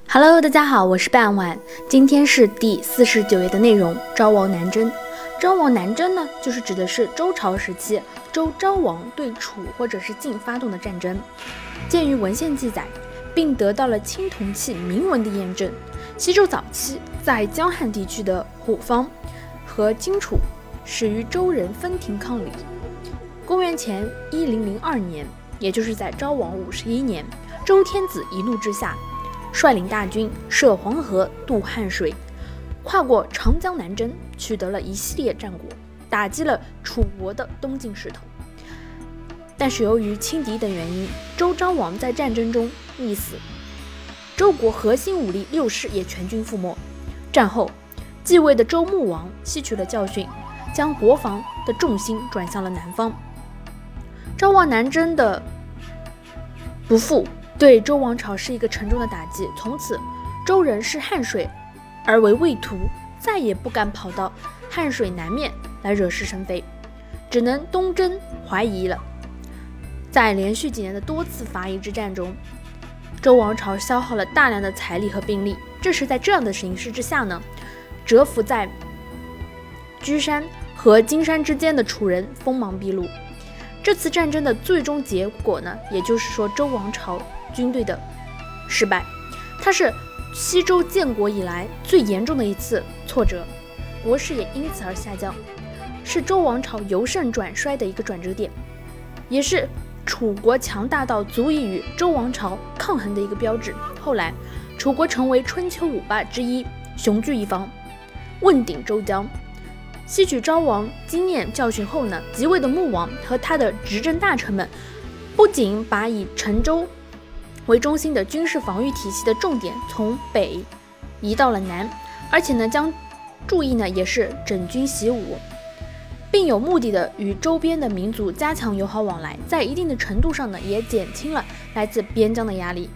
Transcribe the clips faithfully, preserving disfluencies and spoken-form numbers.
Hello， 大家好，我是半晚，今天是第四十九页的内容。昭王南征，昭王南征呢，就是指的是周朝时期周昭王对楚或者是晋发动的战争。鉴于文献记载，并得到了青铜器铭文的验证，西周早期在江汉地区的虎方和荆楚始于周人分庭抗礼。公元前一零零二年，也就是在昭王五十一年，周天子一怒之下，率领大军涉黄河渡汉水，跨过长江南征，取得了一系列战果，打击了楚国的东进势头。但是由于轻敌等原因，周昭王在战争中溺死，周国核心武力六师也全军覆没。战后继位的周穆王吸取了教训，将国防的重心转向了南方。昭王南征的不复对周王朝是一个沉重的打击，从此周人视汉水而为畏途，再也不敢跑到汉水南面来惹是生非，只能东征淮夷了。在连续几年的多次伐夷之战中，周王朝消耗了大量的财力和兵力。这时在这样的形势之下呢，蛰伏在居山和荆山之间的楚人锋芒毕露。这次战争的最终结果呢，也就是说周王朝军队的失败，它是西周建国以来最严重的一次挫折，国势也因此而下降，是周王朝由盛转衰的一个转折点，也是楚国强大到足以与周王朝抗衡的一个标志。后来楚国成为春秋五霸之一，雄踞一方，问鼎周疆。吸取昭王经验教训后呢，即位的穆王和他的执政大臣们不仅把以陈州为中心的军事防御体系的重点从北移到了南，而且呢将注意呢也是整军习武，并有目的的与周边的民族加强友好往来，在一定的程度上呢也减轻了来自边疆的压力。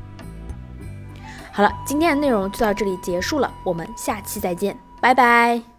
好了，今天的内容就到这里结束了，我们下期再见，拜拜。